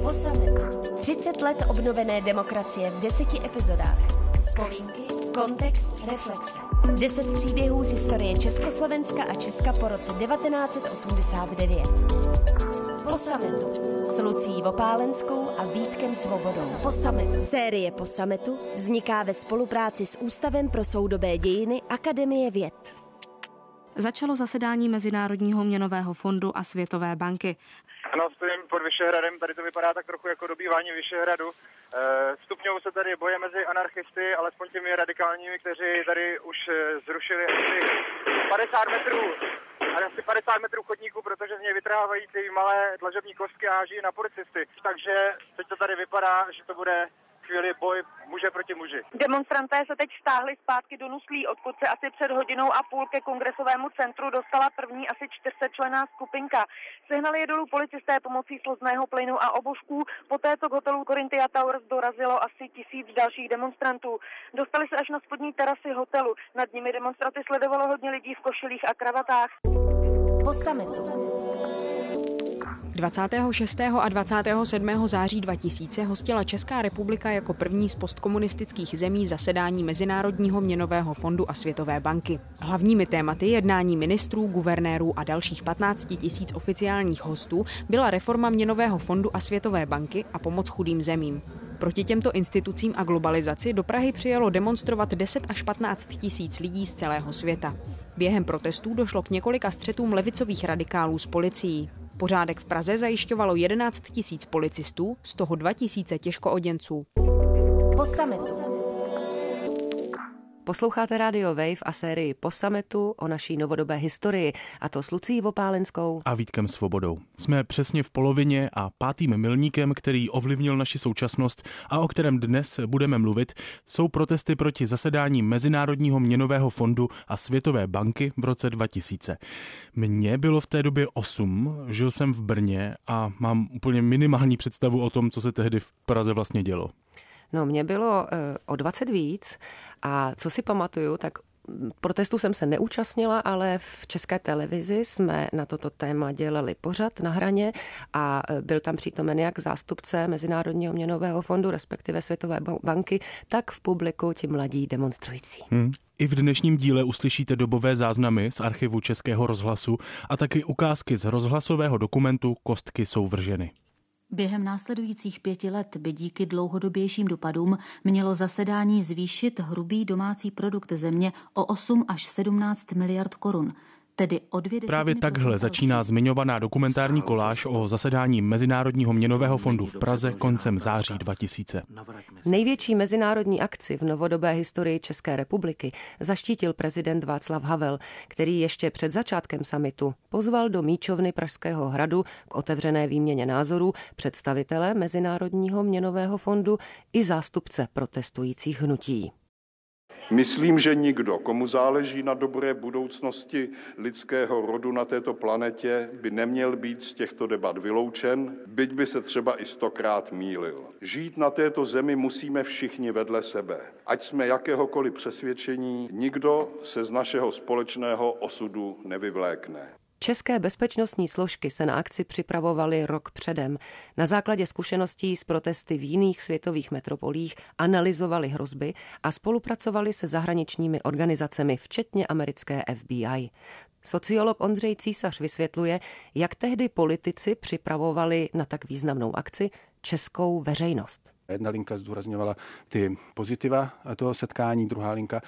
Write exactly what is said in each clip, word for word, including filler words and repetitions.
Po summitu. třicet let obnovené demokracie v deseti epizodách. Vzpomínky, kontext, reflexe. Deset příběhů z historie Československa a Česka po roce devatenáct set osmdesát devět. Po summitu. S Lucí Vopálenskou a Vítkem Svobodou. Po summitu. Série Po summitu vzniká ve spolupráci s Ústavem pro soudobé dějiny Akademie věd. Začalo zasedání Mezinárodního měnového fondu a Světové banky. Ano, stojím pod Vyšehradem, tady to vypadá tak trochu jako dobývání Vyšehradu. Stupňují se tady boje mezi anarchisty, alespoň těmi radikálními, kteří tady už zrušili asi padesát metrů, asi padesát metrů chodníků, protože z něj vytrhávají ty malé dlažební kostky a háží na policisty. Takže teď to tady vypadá, že to bude chvíli boj muže proti muži. Demonstranté se teď stáhli zpátky do Nuslí, odkud se asi před hodinou a půl ke kongresovému centru dostala první asi čtyřsetčlenná skupinka. Sehnali je dolů policisté pomocí slzného plynu a obušků, poté co k hotelu Corinthia Towers dorazilo asi tisíc dalších demonstrantů. Dostali se až na spodní terasy hotelu, nad nimi demonstraci sledovalo hodně lidí v košilích a kravatách. Po summitu. dvacátého šestého a dvacátého sedmého září dva tisíce hostila Česká republika jako první z postkomunistických zemí zasedání Mezinárodního měnového fondu a Světové banky. Hlavními tématy jednání ministrů, guvernérů a dalších patnáct tisíc oficiálních hostů byla reforma měnového fondu a Světové banky a pomoc chudým zemím. Proti těmto institucím a globalizaci do Prahy přijelo demonstrovat deset až patnáct tisíc lidí z celého světa. Během protestů došlo k několika střetům levicových radikálů s policií. Pořádek v Praze zajišťovalo jedenáct tisíc policistů, z toho dva tisíce těžkooděnců. Po summitu. Posloucháte Radio Wave a sérii Po summitu o naší novodobé historii, a to s Lucí Vopálenskou a Vítkem Svobodou. Jsme přesně v polovině a pátým milníkem, který ovlivnil naši současnost a o kterém dnes budeme mluvit, jsou protesty proti zasedání Mezinárodního měnového fondu a Světové banky v roce dva tisíce. Mně bylo v té době osm, žil jsem v Brně a mám úplně minimální představu o tom, co se tehdy v Praze vlastně dělo. No, mě bylo uh, o dvacet víc a co si pamatuju, tak protestu jsem se neúčastnila, ale v České televizi jsme na toto téma dělali pořad Na hraně a byl tam přítomen jak zástupce Mezinárodního měnového fondu, respektive Světové banky, tak v publiku ti mladí demonstrující. Hmm. I v dnešním díle uslyšíte dobové záznamy z archivu Českého rozhlasu a taky ukázky z rozhlasového dokumentu Kostky jsou vrženy. Během následujících pěti let by díky dlouhodobějším dopadům mělo zasedání zvýšit hrubý domácí produkt země o osm až sedmnáct miliard korun. Tedy o dvě Právě takhle začíná zmiňovaná dokumentární koláž o zasedání Mezinárodního měnového fondu v Praze koncem září dva tisíce. Největší mezinárodní akci v novodobé historii České republiky zaštítil prezident Václav Havel, který ještě před začátkem summitu pozval do míčovny Pražského hradu k otevřené výměně názorů představitele Mezinárodního měnového fondu i zástupce protestujících hnutí. Myslím, že nikdo, komu záleží na dobré budoucnosti lidského rodu na této planetě, by neměl být z těchto debat vyloučen, byť by se třeba i stokrát mýlil. Žít na této zemi musíme všichni vedle sebe. Ať jsme jakéhokoliv přesvědčení, nikdo se z našeho společného osudu nevyvlékne. České bezpečnostní složky se na akci připravovaly rok předem. Na základě zkušeností z protesty v jiných světových metropolích analyzovali hrozby a spolupracovali se zahraničními organizacemi, včetně americké F B I. Sociolog Ondřej Císař vysvětluje, jak tehdy politici připravovali na tak významnou akci českou veřejnost. Jedna linka zdůrazňovala ty pozitiva toho setkání, druhá linka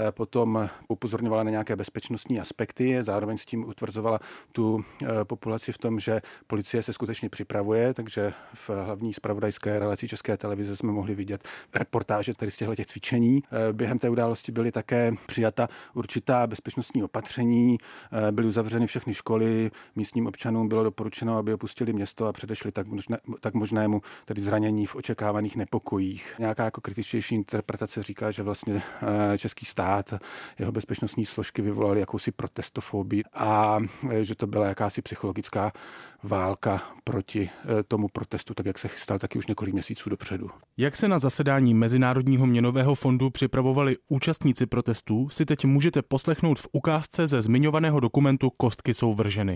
potom upozorňovala na nějaké bezpečnostní aspekty, zároveň s tím utvrzovala tu populaci v tom, že policie se skutečně připravuje, takže v hlavní zpravodajské relaci České televize jsme mohli vidět reportáže tady z těchto těch cvičení. Během té události byly také přijata určitá bezpečnostní opatření, byly uzavřeny všechny školy, místním občanům bylo doporučeno, aby opustili město a předešli tak, možné, tak možnému tedy zranění v očekávaných nepokojích. Nějaká jako kritičtější interpretace říká, že vlastně český stát, jeho bezpečnostní složky vyvolaly jakousi protestofobii a že to byla jakási psychologická válka proti tomu protestu, tak jak se chystal taky už několik měsíců dopředu. Jak se na zasedání Mezinárodního měnového fondu připravovali účastníci protestů, si teď můžete poslechnout v ukázce ze zmiňovaného dokumentu Kostky jsou vrženy.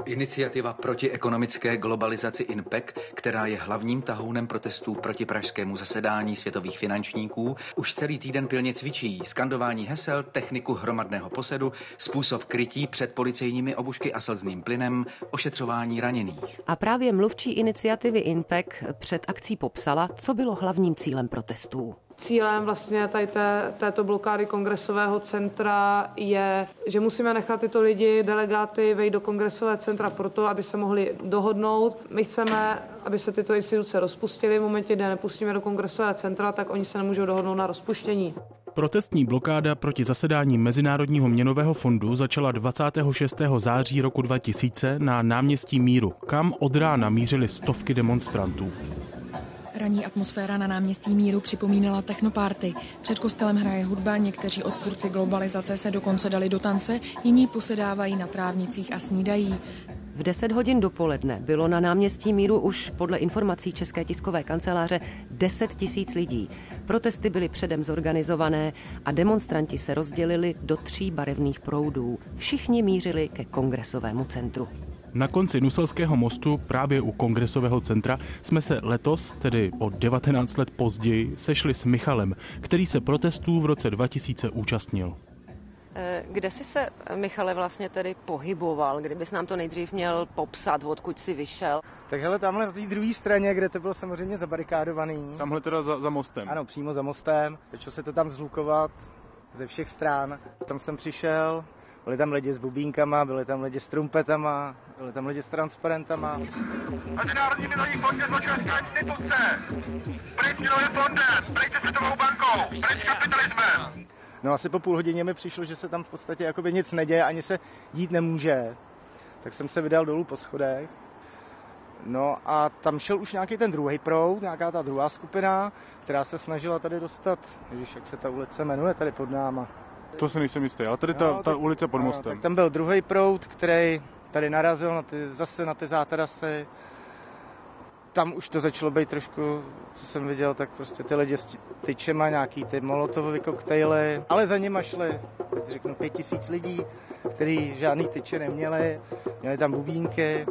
Iniciativa proti ekonomické globalizaci INPEC, která je hlavním tahounem protestů proti pražskému zasedání světových finančníků, už celý týden pilně cvičí skandování hesel, techniku hromadného posedu, způsob krytí před policejními obušky a slzným plynem, ošetřování raněných. A právě mluvčí iniciativy INPEC před akcí popsala, co bylo hlavním cílem protestů. Cílem vlastně tady té, této blokády kongresového centra je, že musíme nechat tyto lidi, delegáty, vejít do kongresového centra proto, aby se mohli dohodnout. My chceme, aby se tyto instituce rozpustily. V momentě, kdy nepustíme do kongresového centra, tak oni se nemůžou dohodnout na rozpuštění. Protestní blokáda proti zasedání Mezinárodního měnového fondu začala dvacátého šestého září roku dva tisíce na náměstí Míru, kam od rána mířily stovky demonstrantů. Ranní atmosféra na náměstí Míru připomínala technopárty. Před kostelem hraje hudba, někteří odpůrci globalizace se dokonce dali do tance, jiní posedávají na trávnicích a snídají. V deset hodin dopoledne bylo na náměstí Míru už podle informací České tiskové kanceláře deset tisíc lidí. Protesty byly předem zorganizované a demonstranti se rozdělili do tří barevných proudů. Všichni mířili ke kongresovému centru. Na konci Nuselského mostu, právě u kongresového centra, jsme se letos, tedy o devatenáct let později, sešli s Michalem, který se protestů v roce dva tisíce účastnil. Kde jsi se, Michale, vlastně tedy pohyboval? Kdybys nám to nejdřív měl popsat, odkud jsi vyšel? Tak hele, tamhle na té druhé straně, kde to bylo samozřejmě zabarikádovaný. Tamhle teda za, za mostem? Ano, přímo za mostem. Začalo se to tam zhlukovat ze všech stran. Tam jsem přišel. Byli tam lidi s bubínkama, byli tam lidi s trumpetama, byli tam lidi s transparentama. Mezinárodní měnový fond je zločinecká instituce. Pryč měnovým fondem, pryč se Světovou bankou, pryč kapitalismem. No asi po půl hodině mi přišlo, že se tam v podstatě jakoby nic neděje, ani se dít nemůže. Tak jsem se vydal dolů po schodech. No a tam šel už nějaký ten druhý proud, nějaká ta druhá skupina, která se snažila tady dostat, ježiš, jak se ta ulice jmenuje tady pod náma. To se nejsem jistý, ale tady ta, no, ta tak, ulice pod mostem. No, tak tam byl druhý proud, který tady narazil na ty, zase na ty zátarasy. Tam už to začalo být trošku, co jsem viděl, tak prostě ty lidi s tyčema, nějaký ty molotovové koktejly. Ale za nima šli, teď řeknu, pět tisíc lidí, kteří žádný tyče neměli, měli tam bubínky.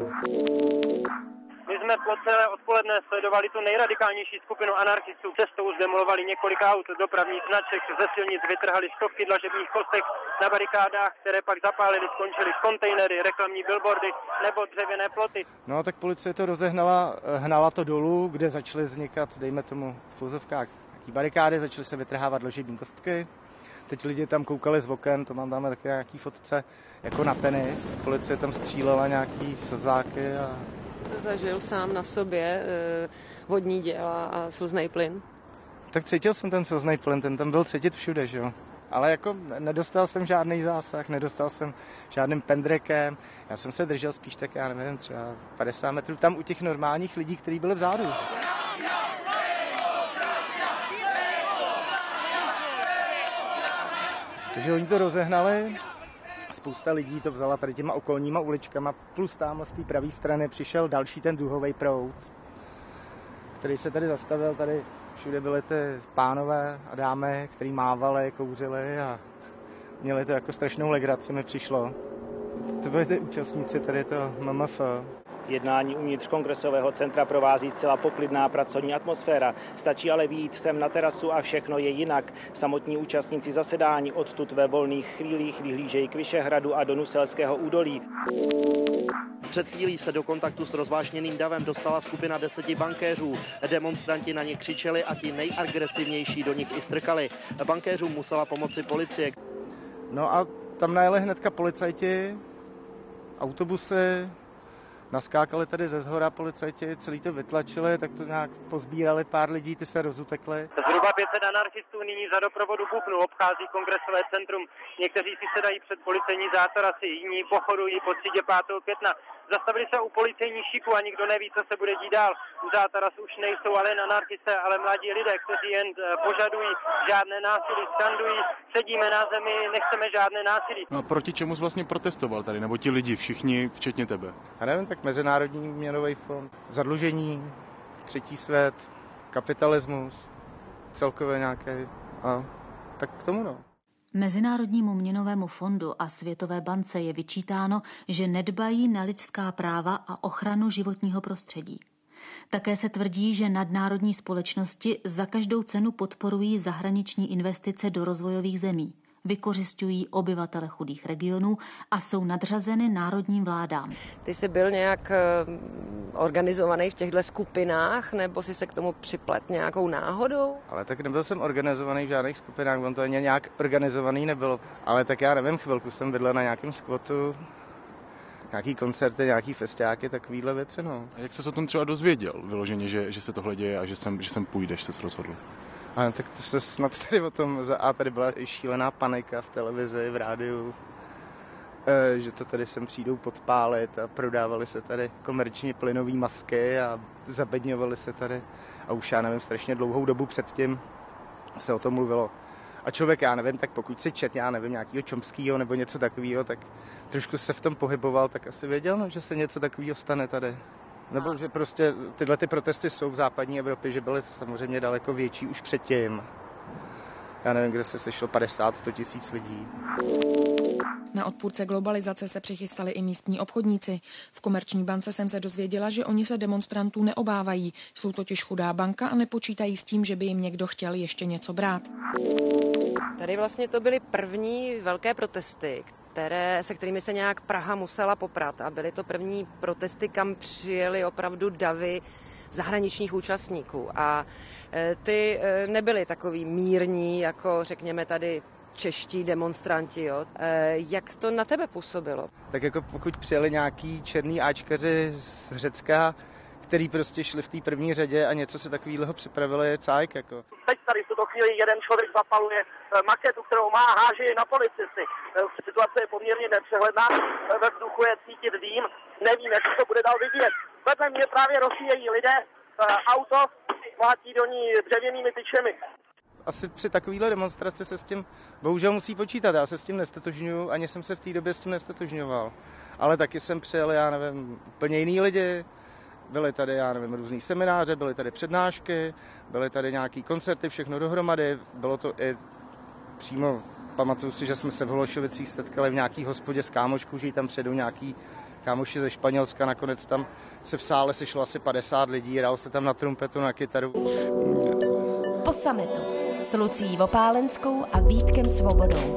My jsme po celé odpoledne sledovali tu nejradikálnější skupinu anarchistů. Cestou zdemolovali několik aut, dopravních značek, ze silnic vytrhali stovky dlažebních kostek, na barikádách, které pak zapálili, skončily kontejnery, reklamní billboardy nebo dřevěné ploty. No tak policie to rozehnala, hnala to dolů, kde začaly vznikat, dejme tomu v fouzovkách, nějaký barikády, začaly se vytrhávat dlažební kostky. Teď lidi tam koukali z oken, to mám tam taky nějaký fotce, jako na tenis. Policie tam střílela nějaký slzáky a zažil sám na sobě e, vodní děla a slznej plyn? Tak cítil jsem ten slznej plyn, ten tam byl cítit všude, že jo. Ale jako nedostal jsem žádný zásah, nedostal jsem žádným pendrekem. Já jsem se držel spíš tak, já nevím, třeba padesát metrů tam u těch normálních lidí, kteří byli vzadu. Takže oni to rozehnali. Spousta lidí to vzala tady těma okolníma uličkama, plus tamhle z té pravé strany přišel další ten duhový proud, který se tady zastavil. Tady všude byly ty pánové a dámy, který mávali, kouřili a měli to jako strašnou legraci, mi přišlo. To byli ty účastníci tady to M M F. Jednání uvnitř kongresového centra provází zcela poklidná pracovní atmosféra. Stačí ale vyjít sem na terasu a všechno je jinak. Samotní účastníci zasedání odtud ve volných chvílích vyhlížejí k Vyšehradu a do Nuselského údolí. Před chvílí se do kontaktu s rozvášněným davem dostala skupina deseti bankéřů. Demonstranti na ně křičeli a ti nejagresivnější do nich i strkali. Bankéřům musela pomoci policie. No a tam najeli hnedka policajti, autobusy, naskákali tady ze zhora policajti, celý to vytlačili, tak to nějak pozbírali pár lidí, ty se rozutekli. Zhruba pět set anarchistů nyní za doprovodu bubnu obchází kongresové centrum. Někteří si sedají před policejní zátarasy, jiní pochodují po třídě pátého května. Zastavili se u policejní šiku a nikdo neví, co se bude dít dál. U zátaras už nejsou ale jen anarchisté, ale mladí lidé, kteří jen požadují žádné násilí, skandují, sedíme na zemi, nechceme žádné násilí. No a proti čemu jsi vlastně protestoval tady, nebo ti lidi, všichni, včetně tebe? Já nevím, tak Mezinárodní měnový fond, zadlužení, třetí svět, kapitalismus, celkově nějaké, a tak k tomu no. Mezinárodnímu měnovému fondu a Světové bance je vyčítáno, že nedbají na lidská práva a ochranu životního prostředí. Také se tvrdí, že nadnárodní společnosti za každou cenu podporují zahraniční investice do rozvojových zemí, vykořisťují obyvatele chudých regionů a jsou nadřazeny národním vládám. Ty jsi byl nějak organizovaný v těchto skupinách, nebo jsi se k tomu připlet nějakou náhodou? Ale tak nebyl jsem organizovaný v žádných skupinách, on to ani nějak organizovaný nebylo. Ale tak já nevím, chvilku jsem bydlel na nějakém skvotu, nějaký koncerty, nějaký festiáky, takovýhle věci, no. A jak jsi se o tom třeba dozvěděl, vyloženě, že, že se tohle děje a že sem, že sem půjdeš, se rozhodl? Ale tak to se snad tady o tom, a tady byla i šílená panika v televizi, v rádiu, že to tady sem přijdou podpálit a prodávali se tady komerční plynové masky a zabedňovali se tady. A už já nevím, strašně dlouhou dobu předtím se o tom mluvilo. A člověk, já nevím, tak pokud si čet, já nevím, nějakýho Chomskýho nebo něco takového, tak trošku se v tom pohyboval, tak asi věděl, no, že se něco takového stane tady. Nebo že prostě tyhle ty protesty jsou v západní Evropě, že byly samozřejmě daleko větší už předtím. Já nevím, kde se sešlo padesát sto tisíc lidí. Na odpůrce globalizace se přichystali i místní obchodníci. V Komerční bance jsem se dozvěděla, že oni se demonstrantů neobávají. Jsou totiž chudá banka a nepočítají s tím, že by jim někdo chtěl ještě něco brát. Tady vlastně to byly první velké protesty, které, se kterými se nějak Praha musela poprat. A byly to první protesty, kam přijeli opravdu davy zahraničních účastníků. A ty nebyly takový mírní, jako řekněme tady čeští demonstranti. Jo. Jak to na tebe působilo? Tak jako pokud přijeli nějaký černý áčkaři z Řecka, který prostě šli v té první řadě a něco se takového připravili, je cajk. Jako. Teď tady v tuto chvíli jeden člověk zapaluje maketu, kterou má, háže na policisty. Situace je poměrně nepřehledná, ve vzduchu je cítit dým, nevím, jak se to bude dál vyvíjet. Vedle mě právě rozvíjejí lidé auto, mlátí do ní dřevěnými tyčemi. Asi při takovéhle demonstraci se s tím bohužel musí počítat. Já se s tím nestotožňuju, ani jsem se v té době s tím nestotožňoval. Ale taky jsem přijel, já nevím, úplně jiný lidi. Byly tady, já nevím, různý semináře, byly tady přednášky, byly tady nějaký koncerty, všechno dohromady. Bylo to i přímo, pamatuju si, že jsme se v Hološovicích setkali v nějaký hospodě s kámoškou, že jí tam předou nějaký kámoši ze Španělska. Nakonec tam se v sále sešlo asi padesát lidí, hrál se tam na trumpetu, na kytaru. Po sametu s Lucí Vopálenskou a Vítkem Svobodou.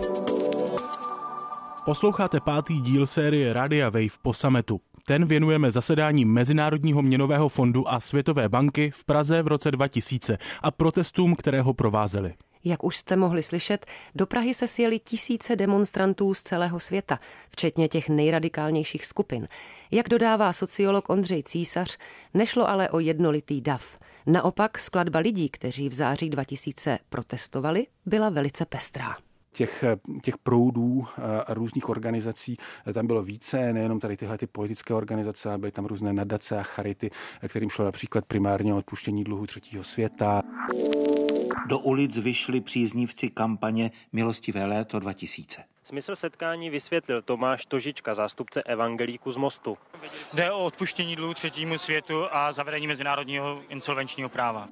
Posloucháte pátý díl série Radia Wave Po sametu. Ten věnujeme zasedání Mezinárodního měnového fondu a Světové banky v Praze v roce dva tisíce a protestům, které ho provázely. Jak už jste mohli slyšet, do Prahy se sjeli tisíce demonstrantů z celého světa, včetně těch nejradikálnějších skupin. Jak dodává sociolog Ondřej Císař, nešlo ale o jednolitý dav. Naopak skladba lidí, kteří v září dva tisíce protestovali, byla velice pestrá. Těch, těch proudů a různých organizací tam bylo více, nejenom tady tyhle ty politické organizace, ale byly tam různé nadace a charity, kterým šlo například primárně o odpuštění dluhu třetího světa. Do ulic vyšli příznivci kampaně Milostivé léto dva tisíce. Smysl setkání vysvětlil Tomáš Tožička, zástupce evangelíků z Mostu. Jde o odpuštění dluhu třetímu světu a zavedení mezinárodního insolvenčního práva.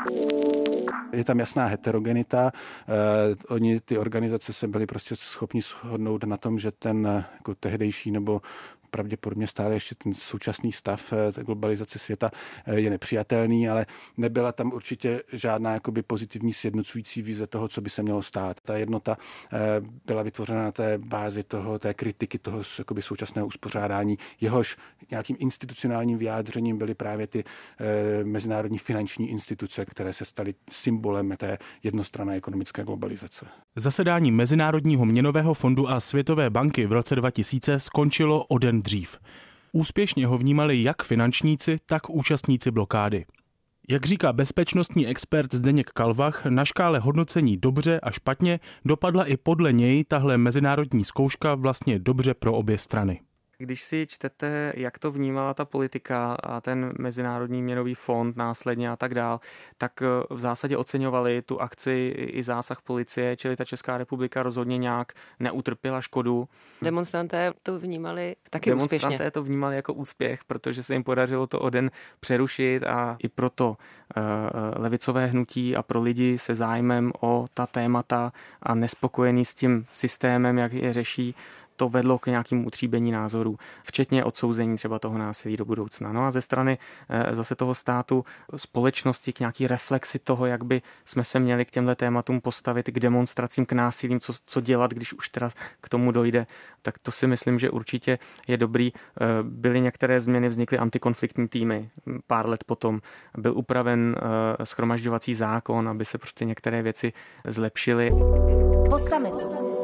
Je tam jasná heterogenita. Eh, oni, ty organizace, se byli prostě schopni shodnout na tom, že ten jako tehdejší nebo pravděpodobně stále ještě ten současný stav globalizace světa je nepřijatelný, ale nebyla tam určitě žádná jakoby pozitivní sjednocující vize toho, co by se mělo stát. Ta jednota byla vytvořena na té bázi toho, té kritiky toho jakoby současného uspořádání. Jehož nějakým institucionálním vyjádřením byly právě ty mezinárodní finanční instituce, které se staly symbolem té jednostranné ekonomické globalizace. Zasedání Mezinárodního měnového fondu a Světové banky v roce dva tisíce skončilo o den dřív. Úspěšně ho vnímali jak finančníci, tak účastníci blokády. Jak říká bezpečnostní expert Zdeněk Kalvach, na škále hodnocení dobře a špatně dopadla i podle něj tahle mezinárodní zkouška vlastně dobře pro obě strany. Když si čtete, jak to vnímala ta politika a ten Mezinárodní měnový fond následně a tak dál, tak v zásadě oceňovali tu akci i zásah policie, čili ta Česká republika rozhodně nějak neutrpěla škodu. Demonstranté to vnímali taky úspěšně. Demonstranté to vnímali jako úspěch, protože se jim podařilo to o den přerušit a i proto uh, levicové hnutí a pro lidi se zájmem o ta témata a nespokojení s tím systémem, jak je řeší, to vedlo k nějakému utříbení názorů, včetně odsouzení třeba toho násilí do budoucna. No a ze strany e, zase toho státu, společnosti k nějaký reflexi toho, jak by jsme se měli k těmhle tématům postavit, k demonstracím, k násilím, co, co dělat, když už teda k tomu dojde, tak to si myslím, že určitě je dobrý. E, byly některé změny, vznikly antikonfliktní týmy. Pár let potom byl upraven e, shromažďovací zákon, aby se prostě některé věci zlepšily. Po summitu.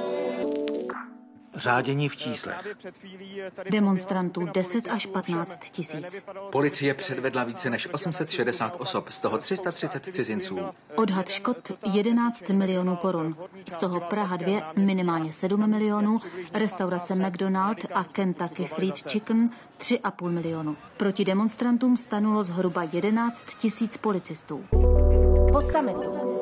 Řádění v číslech. Demonstrantů deset až patnáct tisíc. Policie předvedla více než osm set šedesát osob, z toho tři sta třicet cizinců. Odhad škod jedenáct milionů korun. Z toho Praha dva minimálně sedm milionů, restaurace McDonald a Kentucky Fried Chicken tři a půl milionu. Proti demonstrantům stanulo zhruba jedenáct tisíc policistů. Po summitu.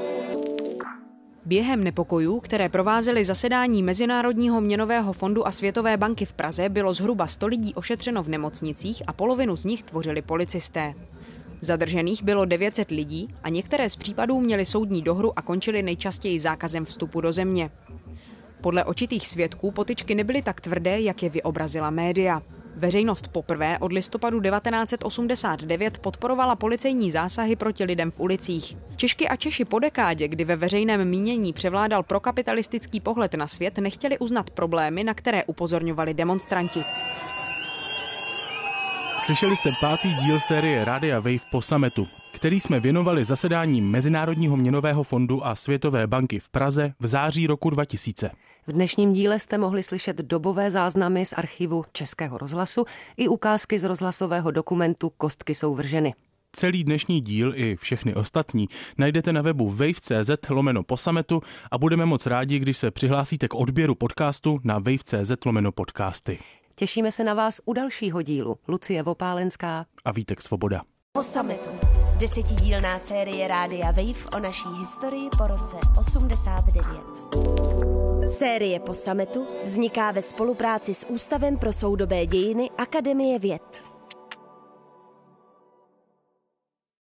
Během nepokojů, které provázely zasedání Mezinárodního měnového fondu a Světové banky v Praze, bylo zhruba sto lidí ošetřeno v nemocnicích a polovinu z nich tvořili policisté. Zadržených bylo devět set lidí a některé z případů měly soudní dohru a končily nejčastěji zákazem vstupu do země. Podle očitých svědků potyčky nebyly tak tvrdé, jak je vyobrazila média. Veřejnost poprvé od listopadu devatenáct set osmdesát devět podporovala policejní zásahy proti lidem v ulicích. Češky a Češi po dekádě, kdy ve veřejném mínění převládal prokapitalistický pohled na svět, nechtěli uznat problémy, na které upozorňovali demonstranti. Slyšeli jste pátý díl série Rádia Wave po summitu, který jsme věnovali zasedání Mezinárodního měnového fondu a Světové banky v Praze v září roku dva tisíce. V dnešním díle jste mohli slyšet dobové záznamy z archivu Českého rozhlasu i ukázky z rozhlasového dokumentu Kostky jsou vrženy. Celý dnešní díl i všechny ostatní najdete na webu wave tečka cz lomeno po summitu a budeme moc rádi, když se přihlásíte k odběru podcastu na wave tečka cz lomeno podcasty. Těšíme se na vás u dalšího dílu. Lucie Vopálenská a Vítek Svoboda. Po summitu. Desetidílná série Rádia Wave o naší historii po roce osmdesát devět. Série Po summitu vzniká ve spolupráci s Ústavem pro soudobé dějiny Akademie věd.